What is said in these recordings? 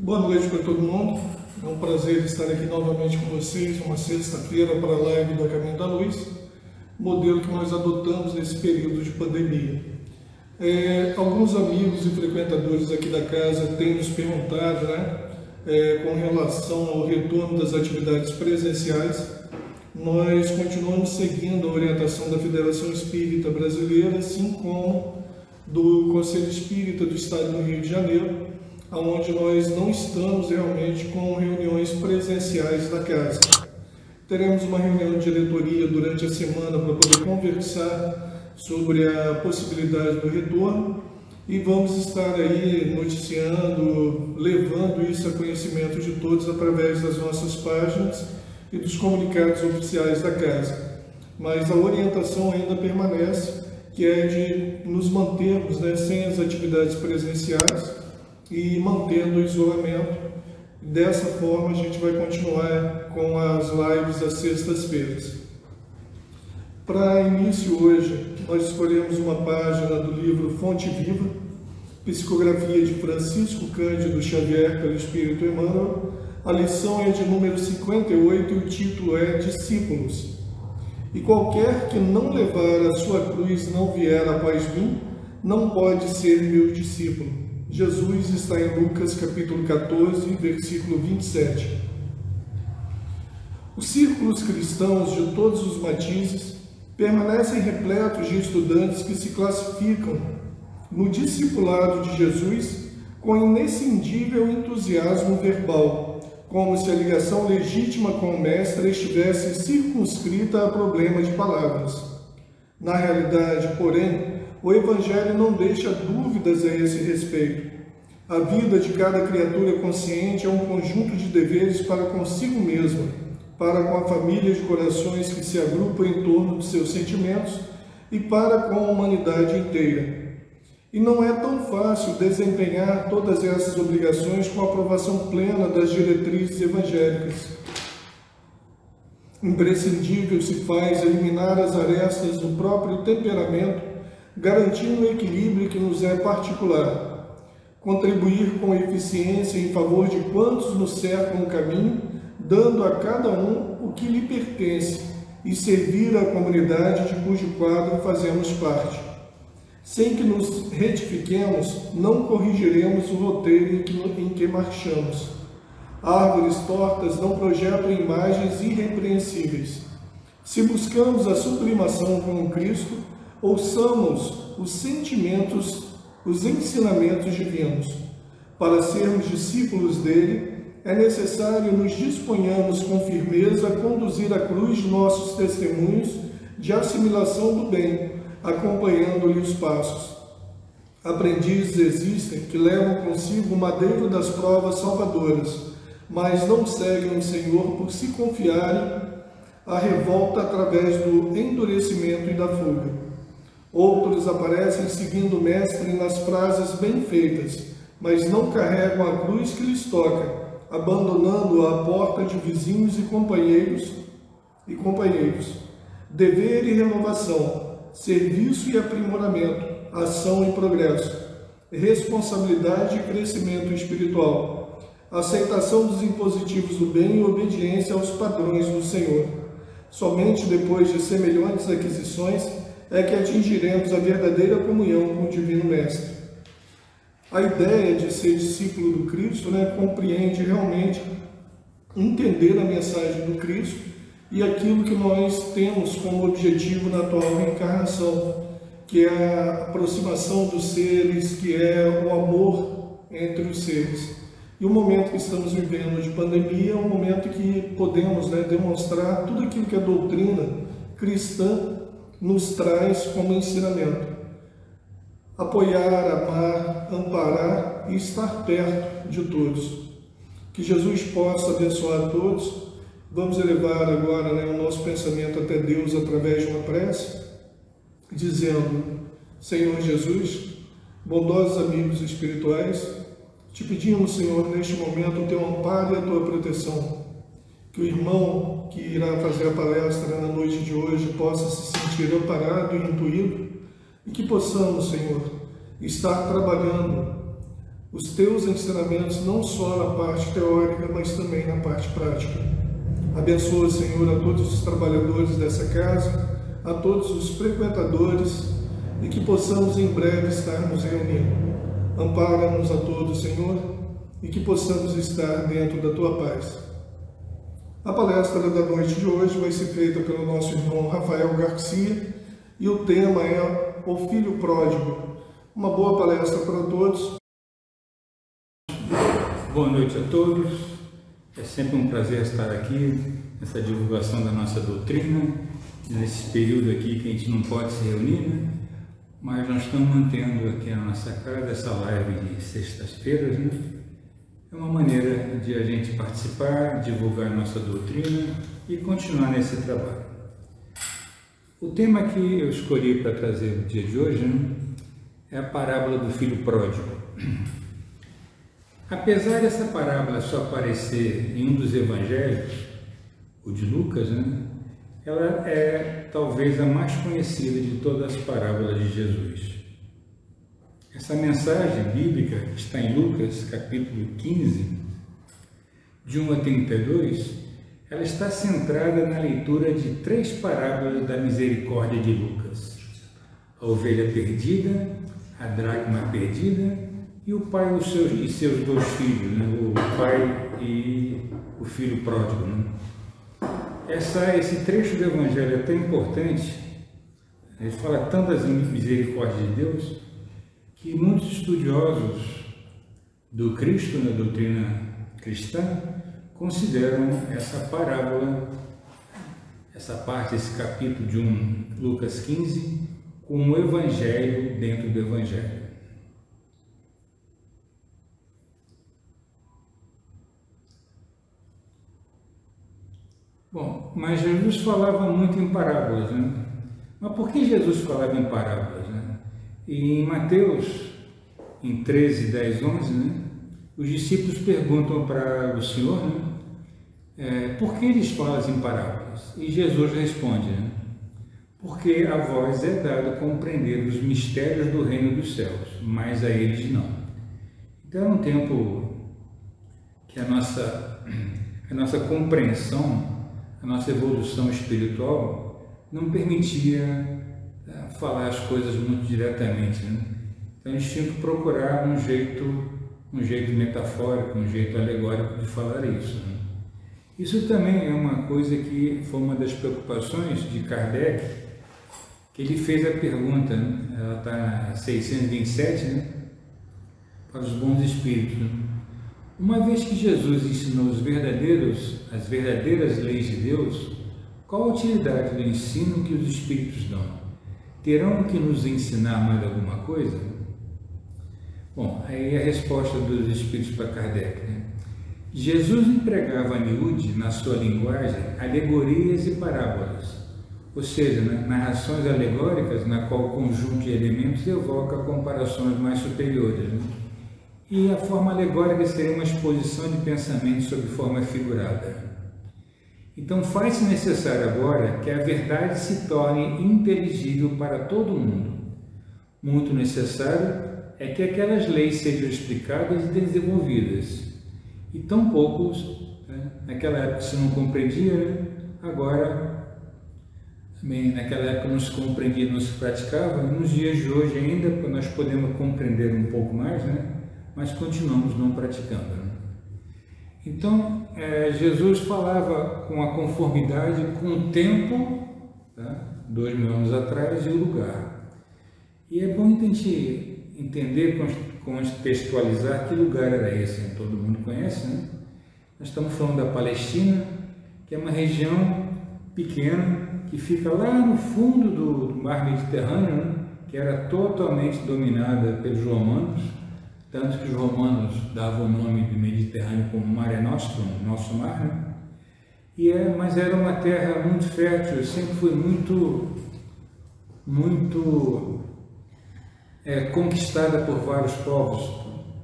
Boa noite para todo mundo. É um prazer estar aqui novamente com vocês, uma sexta-feira para a live do Caminho da Luz, modelo que nós adotamos nesse período de pandemia. Alguns amigos e frequentadores aqui da casa têm nos perguntado, com relação ao retorno das atividades presenciais. Nós continuamos seguindo a orientação da Federação Espírita Brasileira, assim como do Conselho Espírita do Estado do Rio de Janeiro, onde nós não estamos realmente com reuniões presenciais na casa. Teremos uma reunião de diretoria durante a semana para poder conversar sobre a possibilidade do retorno e vamos estar aí noticiando, levando isso a conhecimento de todos através das nossas páginas e dos comunicados oficiais da casa. Mas a orientação ainda permanece, que é de nos mantermos sem as atividades presenciais e mantendo o isolamento. Dessa forma a gente vai continuar com as lives às sextas-feiras. Para início hoje, nós escolhemos uma página do livro Fonte Viva, psicografia de Francisco Cândido Xavier pelo Espírito Emmanuel. A lição é de número 58 e o título é Discípulos. E qualquer que não levar a sua cruz e não vier após mim, não pode ser meu discípulo. Jesus está em Lucas capítulo 14, versículo 27. Os círculos cristãos de todos os matizes permanecem repletos de estudantes que se classificam no discipulado de Jesus com inescindível entusiasmo verbal, como se a ligação legítima com o Mestre estivesse circunscrita a problema de palavras. Na realidade, porém, o Evangelho não deixa dúvidas a esse respeito. A vida de cada criatura consciente é um conjunto de deveres para consigo mesma, para com a família de corações que se agrupam em torno de seus sentimentos e para com a humanidade inteira. E não é tão fácil desempenhar todas essas obrigações com a aprovação plena das diretrizes evangélicas. Imprescindível se faz eliminar as arestas do próprio temperamento, garantindo o equilíbrio que nos é particular, contribuir com eficiência em favor de quantos nos cercam o caminho, dando a cada um o que lhe pertence, e servir a comunidade de cujo quadro fazemos parte. Sem que nos retifiquemos, não corrigiremos o roteiro em que marchamos. Árvores tortas não projetam imagens irrepreensíveis. Se buscamos a sublimação com Cristo, ouçamos os sentimentos, os ensinamentos divinos. Para sermos discípulos dele, é necessário nos disponhamos com firmeza a conduzir a cruz de nossos testemunhos de assimilação do bem, acompanhando-lhe os passos. Aprendizes existem que levam consigo o madeiro das provas salvadoras, mas não seguem o Senhor por se confiarem à revolta através do endurecimento e da fuga. Outros aparecem seguindo o Mestre nas frases bem feitas, mas não carregam a cruz que lhes toca, abandonando-a à porta de vizinhos e companheiros. Dever e renovação, serviço e aprimoramento, ação e progresso, responsabilidade e crescimento espiritual, aceitação dos impositivos do bem e obediência aos padrões do Senhor. Somente depois de semelhantes aquisições é que atingiremos a verdadeira comunhão com o Divino Mestre. A ideia de ser discípulo do Cristo compreende realmente entender a mensagem do Cristo e aquilo que nós temos como objetivo na atual reencarnação, que é a aproximação dos seres, que é o amor entre os seres. E o momento que estamos vivendo de pandemia é um momento que podemos demonstrar tudo aquilo que a doutrina cristã nos traz como ensinamento. Apoiar, amar, amparar e estar perto de todos. Que Jesus possa abençoar a todos. Vamos elevar agora o nosso pensamento até Deus através de uma prece, dizendo: Senhor Jesus, bondosos amigos espirituais, te pedimos, Senhor, neste momento o teu amparo e a tua proteção. Que o irmão que irá fazer a palestra na noite de hoje possa se sentir amparado e intuído, e que possamos, Senhor, estar trabalhando os teus ensinamentos não só na parte teórica, mas também na parte prática. Abençoa, Senhor, a todos os trabalhadores dessa casa, a todos os frequentadores, e que possamos em breve estar nos reunindo. Ampara-nos a todos, Senhor, e que possamos estar dentro da Tua paz. A palestra da noite de hoje vai ser feita pelo nosso irmão Rafael Garcia, e o tema é O Filho Pródigo. Uma boa palestra para todos. Boa noite a todos. É sempre um prazer estar aqui nessa divulgação da nossa doutrina, nesse período aqui que a gente não pode se reunir, né? Mas nós estamos mantendo aqui na nossa casa essa live de sextas-feiras, né? É uma maneira de a gente participar, divulgar a nossa doutrina e continuar nesse trabalho. O tema que eu escolhi para trazer no dia de hoje, né, é a parábola do filho pródigo. Apesar dessa parábola só aparecer em um dos evangelhos, o de Lucas, né, ela é talvez a mais conhecida de todas as parábolas de Jesus. Essa mensagem bíblica está em Lucas, capítulo 15, de 1 a 32, ela está centrada na leitura de 3 parábolas da misericórdia de Lucas: a ovelha perdida, a dracma perdida e o pai e seus 2 filhos, né? O pai e o filho pródigo, né? Esse trecho do Evangelho é tão importante, ele fala tanto das misericórdias de Deus, que muitos estudiosos do Cristo, na doutrina cristã, consideram essa parábola, essa parte, esse capítulo de Lucas 15, como um evangelho dentro do evangelho. Bom, mas Jesus falava muito em parábolas, né? Mas por que Jesus falava em parábolas, né? E em Mateus, em 13, 10, 11, né, os discípulos perguntam para o Senhor, né, por que eles falam em parábolas? E Jesus responde, né, porque a vós é dado compreender os mistérios do reino dos céus, mas a eles não. Então é um tempo que a nossa compreensão, a nossa evolução espiritual não permitia falar as coisas muito diretamente, né? Então a gente tinha que procurar um jeito metafórico, um jeito alegórico de falar isso, né? Isso também é uma coisa que foi uma das preocupações de Kardec, que ele fez a pergunta, né? Ela está 627, né? Para os bons espíritos, né? Uma vez que Jesus ensinou as verdadeiras leis de Deus, qual a utilidade do ensino que os espíritos dão? Terão que nos ensinar mais alguma coisa? Bom, aí a resposta dos espíritos para Kardec, né? Jesus empregava a miúde, na sua linguagem, alegorias e parábolas, ou seja, né, narrações alegóricas na qual o conjunto de elementos evoca comparações mais superiores, né? E a forma alegórica seria uma exposição de pensamentos sob forma figurada. Então faz-se necessário agora que a verdade se torne inteligível para todo mundo. Muito necessário é que aquelas leis sejam explicadas e desenvolvidas. E tão poucos, né, naquela época se não compreendia, né, agora, também naquela época não se compreendia, não se praticava, e nos dias de hoje ainda nós podemos compreender um pouco mais, né, mas continuamos não praticando, né? Então, Jesus falava com a conformidade com o tempo, tá? 2000 anos atrás, e o lugar. E é bom a gente entender, contextualizar que lugar era esse, né? Todo mundo conhece, né? Nós estamos falando da Palestina, que é uma região pequena, que fica lá no fundo do mar Mediterrâneo, né? Que era totalmente dominada pelos romanos, tanto que os romanos davam o nome do Mediterrâneo como Mare Nostrum, nosso mar, né? Mas era uma terra muito fértil, sempre foi muito conquistada por vários povos.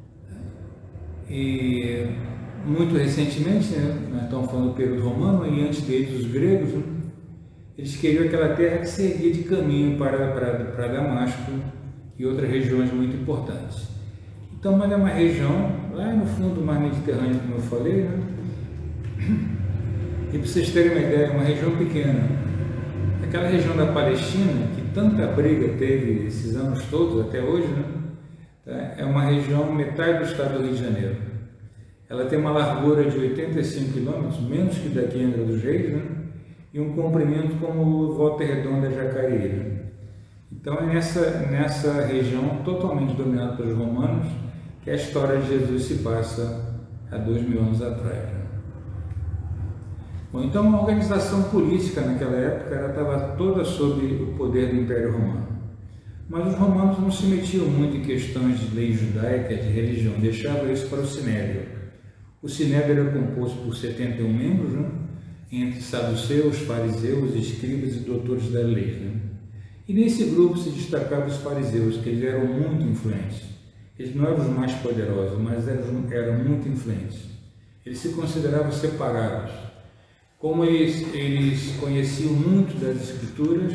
E muito recentemente, né, nós estamos falando do período romano, e antes deles os gregos, né, eles queriam aquela terra que servia de caminho para Damasco e outras regiões muito importantes. Então, é uma região lá no fundo do mar Mediterrâneo, como eu falei, né? E para vocês terem uma ideia, é uma região pequena. Aquela região da Palestina, que tanta briga teve esses anos todos, até hoje, né? É uma região metade do estado do Rio de Janeiro. Ela tem uma largura de 85 quilômetros, menos que daqui em Angra dos Reis, né? E um comprimento como Volta Redonda, Jacareí. Né? Então é nessa região totalmente dominada pelos romanos que a história de Jesus se passa há 2000 anos atrás. Né? Bom, então a organização política naquela época ela estava toda sob o poder do Império Romano. Mas os romanos não se metiam muito em questões de lei judaica, de religião, deixavam isso para o Sinédrio. O Sinédrio era composto por 71 membros, né? Entre saduceus, fariseus, escribas e doutores da lei. Né? E nesse grupo se destacavam os fariseus, que eles eram muito influentes. Eles não eram os mais poderosos, mas eram muito influentes. Eles se consideravam separados. Como eles conheciam muito das Escrituras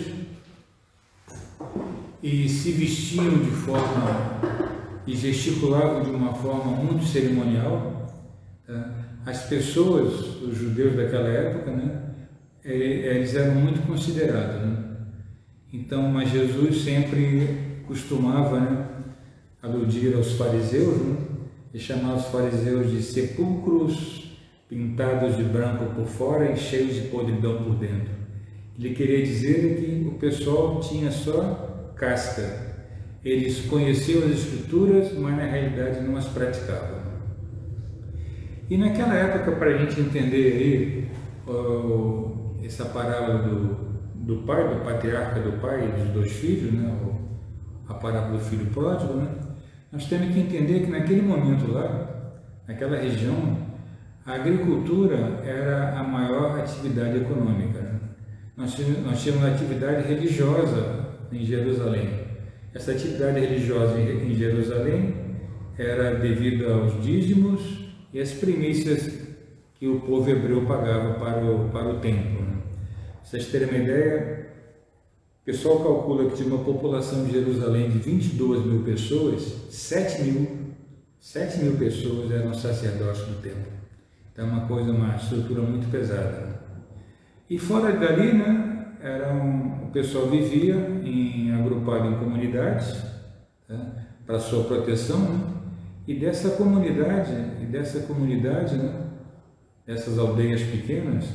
e se vestiam de forma e gesticulavam de uma forma muito cerimonial, tá? As pessoas, os judeus daquela época, né, eles eram muito considerados. Né? Então, mas Jesus sempre costumava, né, aludir aos fariseus, né, e chamar os fariseus de sepulcros pintados de branco por fora e cheios de podridão por dentro. Ele queria dizer que o pessoal tinha só casca. Eles conheciam as Escrituras, mas na realidade não as praticavam. E naquela época, para a gente entender aí essa parábola do pai, do patriarca do pai e dos dois filhos, né? A parábola do filho pródigo, né? Nós temos que entender que naquele momento lá, naquela região, a agricultura era a maior atividade econômica. Né? Nós tínhamos uma atividade religiosa em Jerusalém. Essa atividade religiosa em Jerusalém era devido aos dízimos e as primícias que o povo hebreu pagava para o templo. Né? Pra vocês terem uma ideia, o pessoal calcula que tinha uma população de Jerusalém de 22 mil pessoas, 7 mil pessoas eram sacerdotes do templo. Então é uma estrutura muito pesada. Né? E fora dali, né, o pessoal vivia agrupado em comunidades, tá, para sua proteção, né? E dessa comunidade, né, dessas aldeias pequenas,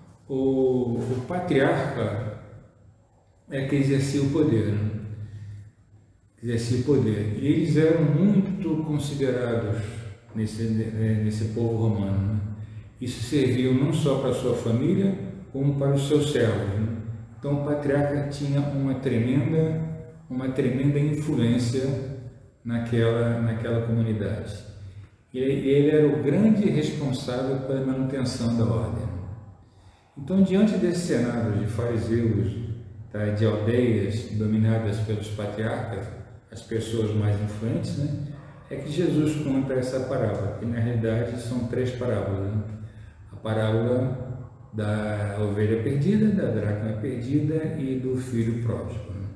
o patriarca é que exercia o poder. Né? Exercia o poder. E eles eram muito considerados nesse povo romano. Né? Isso serviu não só para a sua família, como para os seus servos. Né? Então o patriarca tinha uma tremenda influência naquela comunidade. E ele era o grande responsável pela manutenção da ordem. Então, diante desse cenário de fariseus, tá, de aldeias dominadas pelos patriarcas, as pessoas mais influentes, né, é que Jesus conta essa parábola, que na realidade são 3 parábolas. Né? A parábola da ovelha perdida, da dracma perdida e do filho pródigo. Né?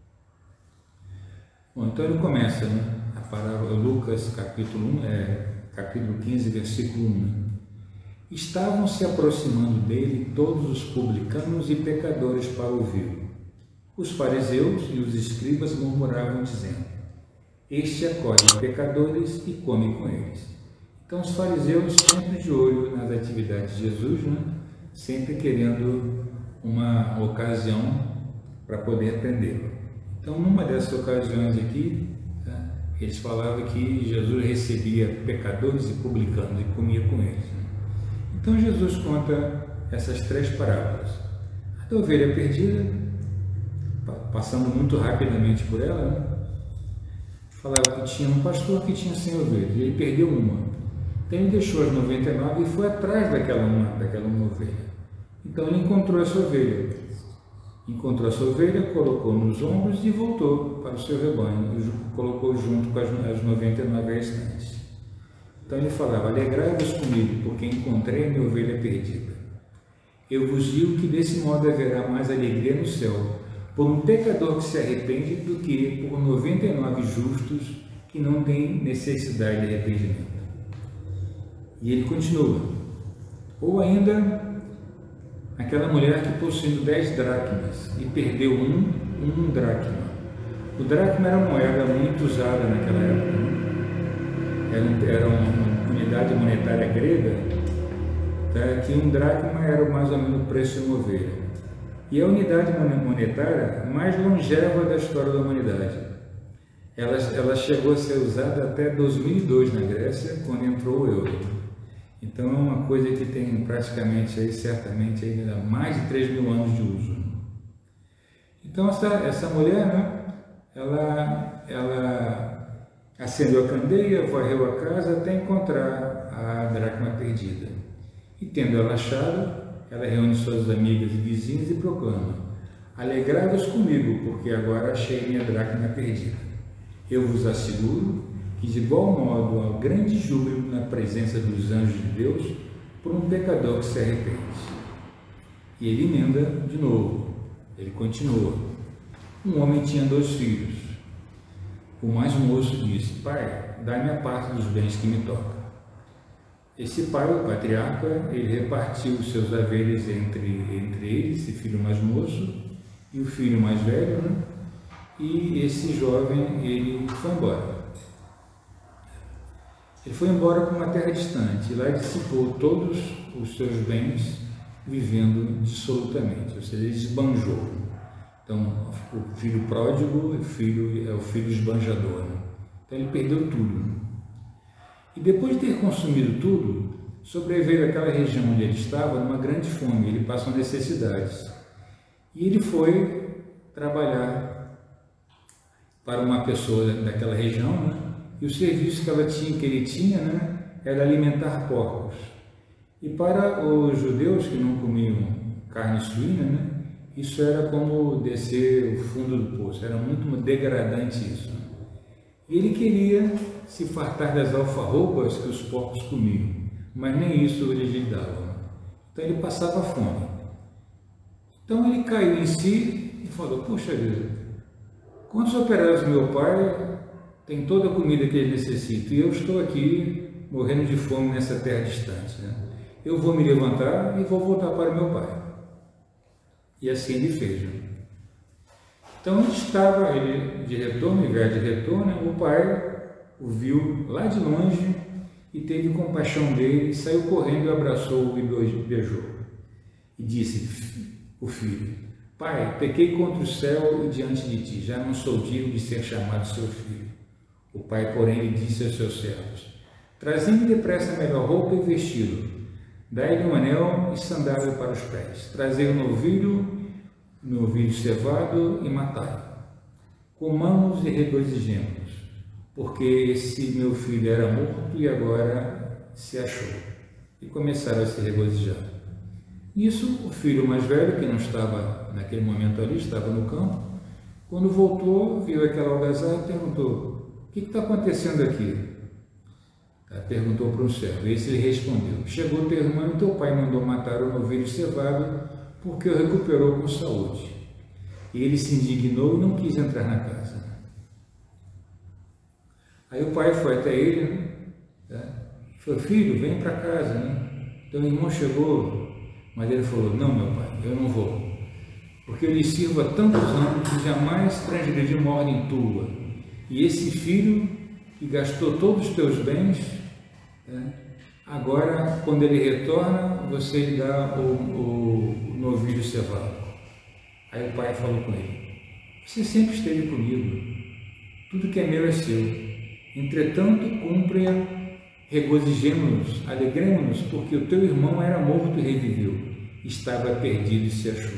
Bom, então ele começa, né, a parábola, Lucas capítulo 15, versículo 1. Né? Estavam se aproximando dele todos os publicanos e pecadores para ouvi-lo. Os fariseus e os escribas murmuravam, dizendo: Este acolhe pecadores e come com eles. Então os fariseus sempre de olho nas atividades de Jesus, né? Sempre querendo uma ocasião para poder prendê-lo. Então, numa dessas ocasiões aqui, tá, eles falavam que Jesus recebia pecadores e publicanos e comia com eles. Né? Então, Jesus conta essas 3 parábolas. A da ovelha perdida, passando muito rapidamente por ela, né? Falava que tinha um pastor que tinha 100 ovelhas, e ele perdeu uma. Então, ele deixou as 99 e foi atrás daquela uma ovelha. Então, ele encontrou essa ovelha. Encontrou a sua ovelha, colocou nos ombros e voltou para o seu rebanho, e colocou junto com as 99 restantes. Então ele falava: Alegrai-vos comigo, porque encontrei a minha ovelha perdida. Eu vos digo que desse modo haverá mais alegria no céu por um pecador que se arrepende do que por 99 justos que não tem necessidade de arrependimento. E ele continua. Ou ainda, aquela mulher que possuindo 10 dracmas e perdeu um dracma. O dracma era uma moeda muito usada naquela época, né? Era uma unidade monetária grega, tá? Que um dracma era mais ou menos o preço de uma ovelha. E a unidade monetária mais longeva da história da humanidade. Ela chegou a ser usada até 2002 na Grécia, quando entrou o euro. Então é uma coisa que tem praticamente, aí, certamente, ainda mais de 3.000 anos de uso. Então essa mulher, né, ela acendeu a candeia, varreu a casa até encontrar a dracma perdida. E tendo ela achado, ela reúne suas amigas e vizinhos e proclama: alegrai-vos comigo, porque agora achei minha dracma perdida. Eu vos asseguro que de igual modo há grande júbilo na presença dos anjos de Deus por um pecador que se arrepende. E ele emenda de novo, ele continua. Um homem tinha 2 filhos. O mais moço disse: pai, dá-me a parte dos bens que me tocam. Esse pai, o patriarca, ele repartiu os seus haveres entre eles, esse filho mais moço e o filho mais velho, né? E esse jovem, ele foi embora. Ele foi embora para uma terra distante, e lá dissipou todos os seus bens, vivendo dissolutamente, ou seja, ele esbanjou. Então, o filho pródigo é o filho esbanjador, né? Então ele perdeu tudo. E depois de ter consumido tudo, sobreveio àquela região onde ele estava numa grande fome, ele passou necessidades. E ele foi trabalhar para uma pessoa daquela região, né? E o serviço que ele tinha, né, era alimentar porcos. E para os judeus que não comiam carne suína, né, isso era como descer o fundo do poço, era muito degradante isso. E ele queria se fartar das alfarrobas que os porcos comiam, mas nem isso eles lhe davam. Então ele passava fome. Então ele caiu em si e falou: poxa vida, quantos operários do meu pai têm toda a comida que ele necessita e eu estou aqui morrendo de fome nessa terra distante, né? Eu vou me levantar e vou voltar para o meu pai. E assim ele fez. Então ele de retorno, em vez de retorno, o pai o viu lá de longe e teve compaixão dele, saiu correndo e abraçou-o e beijou. E disse o filho: pai, pequei contra o céu e diante de ti, já não sou digno de ser chamado seu filho. O pai, porém, lhe disse aos seus servos: trazei-me depressa a melhor roupa e vestido, dai-lhe um anel e sandália para os pés, trazei um novilho cevado e matai. Comamos e regozijemos, porque esse meu filho era morto e agora se achou. E começaram a se regozijar. Nisso, o filho mais velho, que não estava naquele momento ali, estava no campo, quando voltou, viu aquela algazarra e perguntou: o que está acontecendo aqui? Perguntou para um servo. Esse lhe respondeu: chegou teu irmão e teu pai mandou matar o novilho cevado, porque o recuperou com saúde. E ele se indignou e não quis entrar na casa. Aí o pai foi até ele, né? Falou: filho, vem para casa, né? Teu irmão chegou. Mas ele falou: não, meu pai, eu não vou, porque eu lhe sirvo há tantos anos que jamais transgredi uma ordem tua. E esse filho que gastou todos os teus bens, né? Agora, quando ele retorna, você lhe dá o novilho cevado. Aí o pai falou com ele: você sempre esteve comigo, tudo que é meu é seu. Entretanto, cumpre-a, regozijemo-nos, alegremo-nos, porque o teu irmão era morto e reviveu, estava perdido e se achou.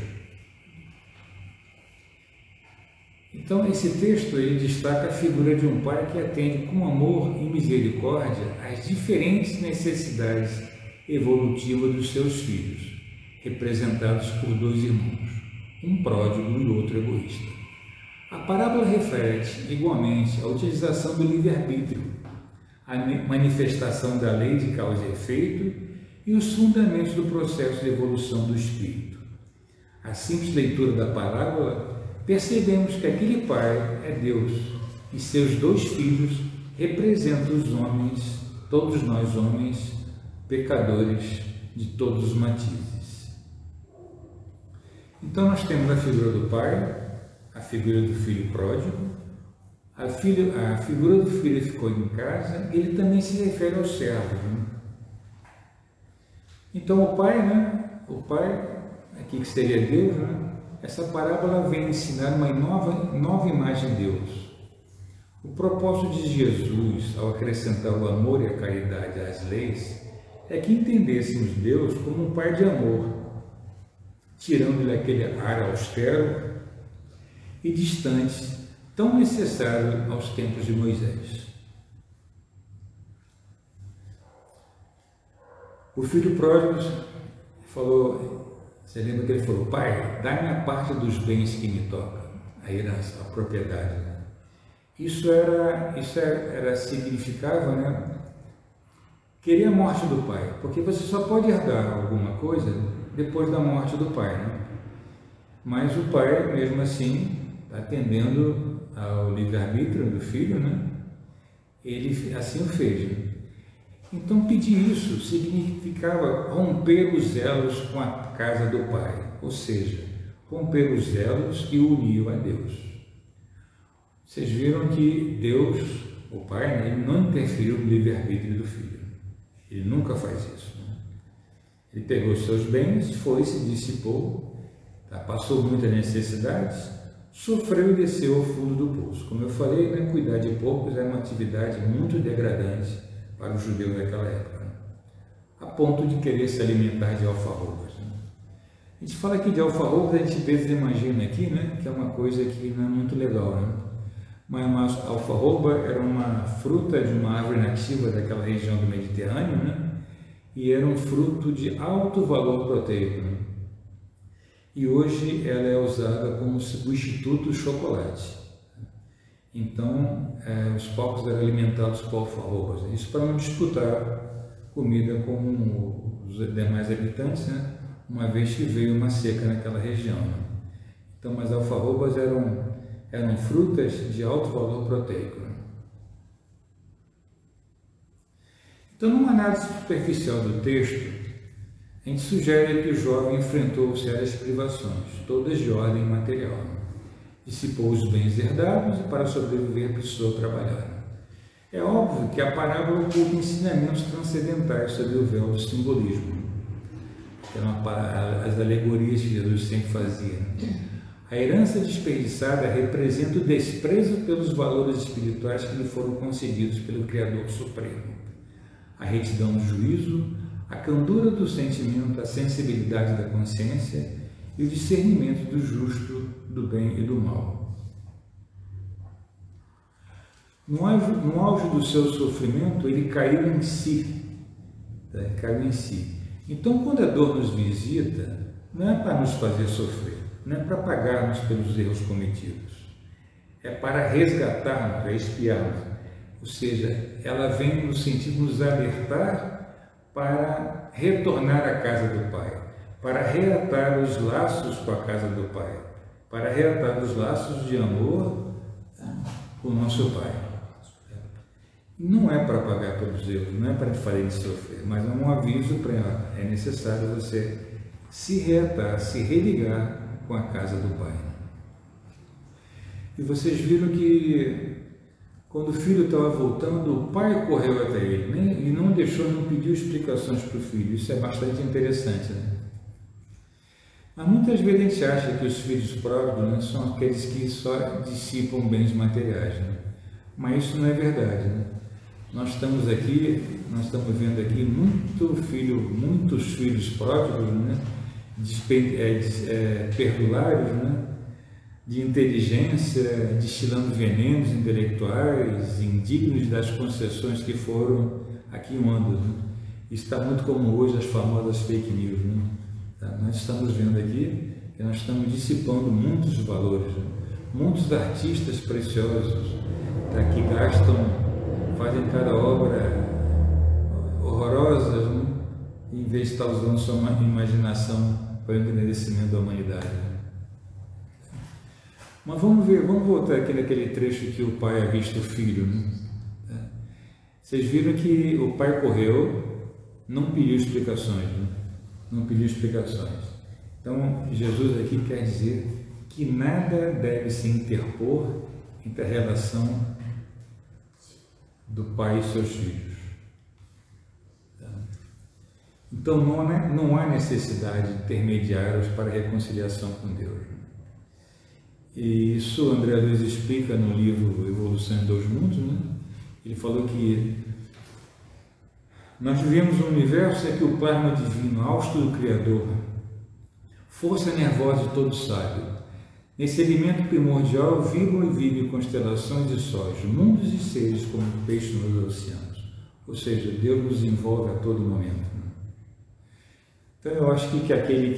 Então, esse texto ele destaca a figura de um pai que atende com amor e misericórdia às diferentes necessidades evolutivas dos seus filhos, representados por 2 irmãos, um pródigo e outro egoísta. A parábola reflete, igualmente, a utilização do livre-arbítrio, a manifestação da lei de causa e efeito e os fundamentos do processo de evolução do espírito. A simples leitura da parábola, percebemos que aquele pai é Deus e seus 2 filhos representa os homens, todos nós homens, pecadores de todos os matizes. Então nós temos a figura do pai, a figura do filho pródigo, a figura do filho que ficou em casa, ele também se refere ao servo. Né? Então o pai, aqui que seria Deus, né? Essa parábola vem ensinar uma nova imagem de Deus. O propósito de Jesus, ao acrescentar o amor e a caridade às leis, é que entendêssemos Deus como um pai de amor, tirando-lhe aquele ar austero e distante, tão necessário aos tempos de Moisés. O filho pródigo falou, você lembra que ele falou: pai, dá-me a parte dos bens que me tocam, a herança, a propriedade. Né? Isso significava, né, querer a morte do pai, porque você só pode herdar alguma coisa depois da morte do pai. Né? Mas o pai, mesmo assim, atendendo ao livre-arbítrio do filho, né? Ele assim o fez. Né? Então, pedir isso significava romper os elos com a casa do pai, ou seja, romper os elos que o uniam a Deus. Vocês viram que Deus, o pai, né, ele não interferiu no livre-arbítrio do filho. Ele nunca faz isso. Né? Ele pegou os seus bens, foi, se dissipou, passou muitas necessidades, sofreu e desceu ao fundo do poço. Como eu falei, né, cuidar de porcos é uma atividade muito degradante para o judeu daquela época, né? A ponto de querer se alimentar de alfarrobas. Né? A gente fala aqui de alfarrobas, a gente às vezes imagina aqui, né, que é uma coisa que não é muito legal, né? Mas a alfarroba era uma fruta de uma árvore nativa daquela região do Mediterrâneo, né? E era um fruto de alto valor proteico. Né? E hoje ela é usada como substituto do chocolate. Então, os porcos eram alimentados com alfarrobas. Isso para não disputar comida com os demais habitantes, né? Uma vez que veio uma seca naquela região. Né? Então, as alfarrobas eram frutas de alto valor proteico. Né? Então, numa análise superficial do texto, a gente sugere que o jovem enfrentou sérias privações, todas de ordem material. Dissipou os bens herdados e, para sobreviver, precisou trabalhar. É óbvio que a parábola oculta ensinamentos transcendentais sobre o véu do simbolismo, que eram as alegorias que Jesus sempre fazia. A herança desperdiçada representa o desprezo pelos valores espirituais que lhe foram concedidos pelo Criador Supremo. A retidão do juízo, a candura do sentimento, a sensibilidade da consciência e o discernimento do justo, do bem e do mal. No auge do seu sofrimento, ele caiu em si. Caiu em si. Então, quando a dor nos visita, não é para nos fazer sofrer, não é para pagarmos pelos erros cometidos, é para resgatarmos, é expiarmos. Ou seja, ela vem no sentido de nos alertar para retornar à casa do Pai, para reatar os laços com a casa do Pai, para reatar os laços de amor com o nosso Pai. Não é para pagar pelos erros, não é para fazer de sofrer, mas é um aviso para ela. É necessário você se reatar, se religar com a casa do Pai. E vocês viram que quando o filho estava voltando, o pai correu até ele, né? E não pediu explicações para o filho. Isso é bastante interessante, né? Mas muitas vezes a gente acha que os filhos pródigos, né, são aqueles que só dissipam bens materiais, né? Mas isso não é verdade, né? Nós estamos vendo aqui muitos filhos pródigos, né? Perdulários, né? De inteligência, destilando venenos intelectuais, indignos das concessões que foram aqui onde. Né? Isso está muito como hoje as famosas fake news. Né? Nós estamos vendo aqui que nós estamos dissipando muitos valores, né? Muitos artistas preciosos que fazem cada obra horrorosa, né? Em vez de estar usando sua imaginação para o engrandecimento da humanidade. Mas vamos voltar aqui naquele trecho que o pai avista o filho. Né? Vocês viram que o pai correu, não pediu explicações, né? Não pediu explicações. Então, Jesus aqui quer dizer que nada deve se interpor entre a relação do pai e seus filhos. Então, não há necessidade de intermediários para a reconciliação com Deus. E isso André Luiz explica no livro Evolução em Dois Mundos, né? Ele falou que nós vivemos um universo em que o plasma divino, hausto do Criador, força nervosa de todo sábio, nesse elemento primordial vibram e vivem constelações e sóis, mundos e seres como peixes nos oceanos. Ou seja, Deus nos envolve a todo momento. Né? Então eu acho que aquele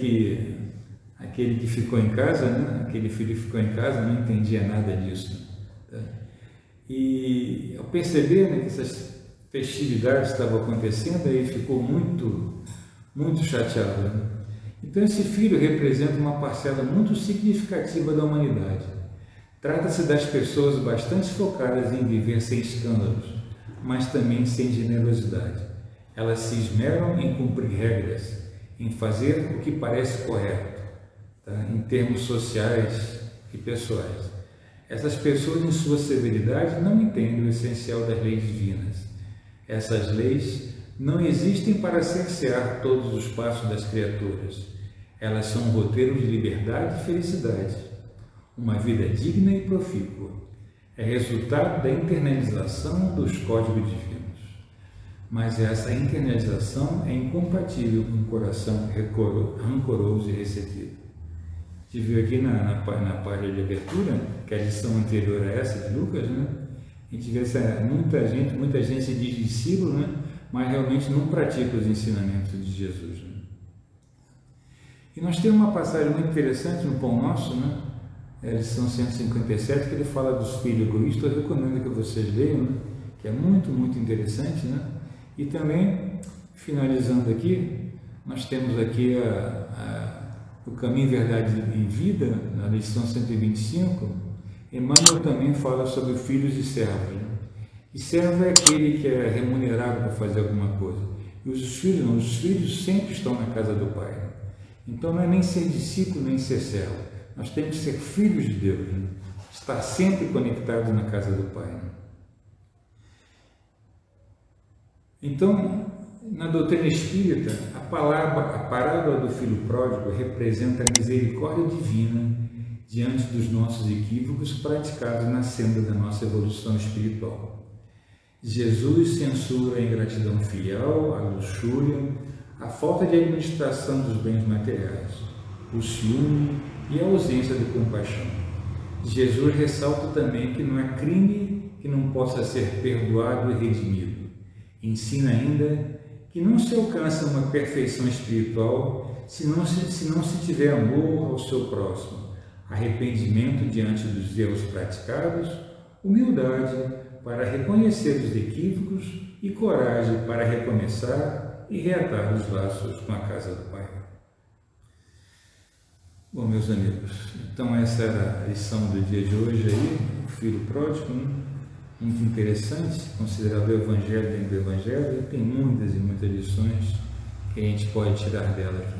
que ficou em casa, né? Aquele filho que ficou em casa não entendia nada disso. Tá? E ao perceber, né, que essas festividades estavam acontecendo, aí ficou muito chateado. Né? Então esse filho representa uma parcela muito significativa da humanidade. Trata-se das pessoas bastante focadas em viver sem escândalos, mas também sem generosidade. Elas se esmeram em cumprir regras, em fazer o que parece correto, tá? Em termos sociais e pessoais. Essas pessoas, em sua severidade, não entendem o essencial das leis divinas. Essas leis não existem para cercear todos os passos das criaturas. Elas são um roteiro de liberdade e felicidade, uma vida digna e profícua. É resultado da internalização dos códigos divinos. Mas essa internalização é incompatível com um coração rancoroso e receptivo. A gente viu aqui na página de abertura, que é a lição anterior a essa de Lucas, né? A gente vê muita gente se diz discípulo, né? Mas realmente não pratica os ensinamentos de Jesus. Né? E nós temos uma passagem muito interessante no Pão Nosso, né? É a lição 157, que ele fala dos filhos egoístas. Eu recomendo que vocês leiam, né? Que é muito interessante, né? E também, finalizando aqui, nós temos aqui o caminho, verdade e vida, na lição 125, Emmanuel também fala sobre filhos e servos. Né? E servo é aquele que é remunerado para fazer alguma coisa. E os filhos sempre estão na casa do Pai. Né? Então não é nem ser discípulo, nem ser servo. Nós temos que ser filhos de Deus, né? Estar sempre conectados na casa do Pai. Né? Então, na doutrina espírita, a parábola do filho pródigo representa a misericórdia divina diante dos nossos equívocos praticados na senda da nossa evolução espiritual. Jesus censura a ingratidão filial, a luxúria, a falta de administração dos bens materiais, o ciúme e a ausência de compaixão. Jesus ressalta também que não é crime que não possa ser perdoado e redimido. Ensina ainda que não se alcança uma perfeição espiritual se não se tiver amor ao seu próximo, arrependimento diante dos erros praticados, humildade para reconhecer os equívocos e coragem para recomeçar e reatar os laços com a casa do Pai. Bom, meus amigos, então essa era a lição do dia de hoje aí, o filho pródigo, né? Muito interessante, considerado o Evangelho dentro do Evangelho, e tem muitas e muitas lições que a gente pode tirar dela aqui.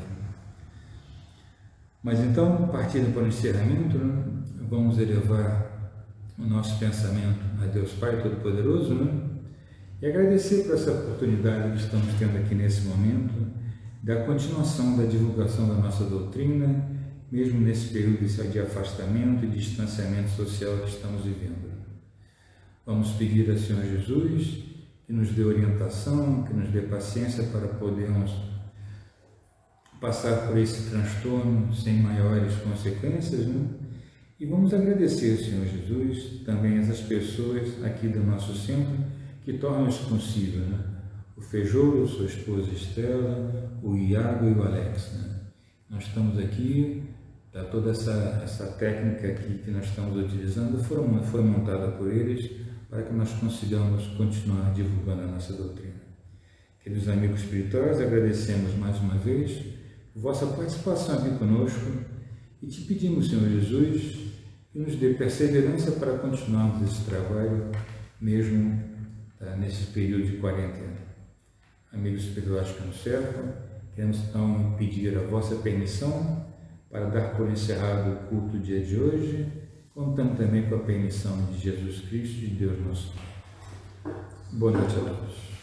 Mas então, partindo para o encerramento, né, vamos elevar o nosso pensamento a Deus Pai Todo-Poderoso, né, e agradecer por essa oportunidade que estamos tendo aqui nesse momento, da continuação da divulgação da nossa doutrina, mesmo nesse período de afastamento e distanciamento social que estamos vivendo. Vamos pedir ao Senhor Jesus que nos dê orientação, que nos dê paciência para podermos passar por esse transtorno sem maiores consequências, né? E vamos agradecer ao Senhor Jesus, também essas pessoas aqui do nosso centro que tornam isso possível, né? O Fejouro, sua esposa Estela, o Iago e o Alex, né? Nós estamos aqui, toda essa técnica aqui que nós estamos utilizando foi montada por eles, para que nós consigamos continuar divulgando a nossa doutrina. Queridos amigos espirituais, agradecemos mais uma vez vossa participação aqui conosco e te pedimos, Senhor Jesus, que nos dê perseverança para continuarmos esse trabalho, mesmo tá? Nesse período de quarentena. Amigos espirituais que nos cercam, queremos então pedir a vossa permissão para dar por encerrado o culto do dia de hoje, contando também com a permissão de Jesus Cristo e de Deus nosso Pai. Boa noite a todos.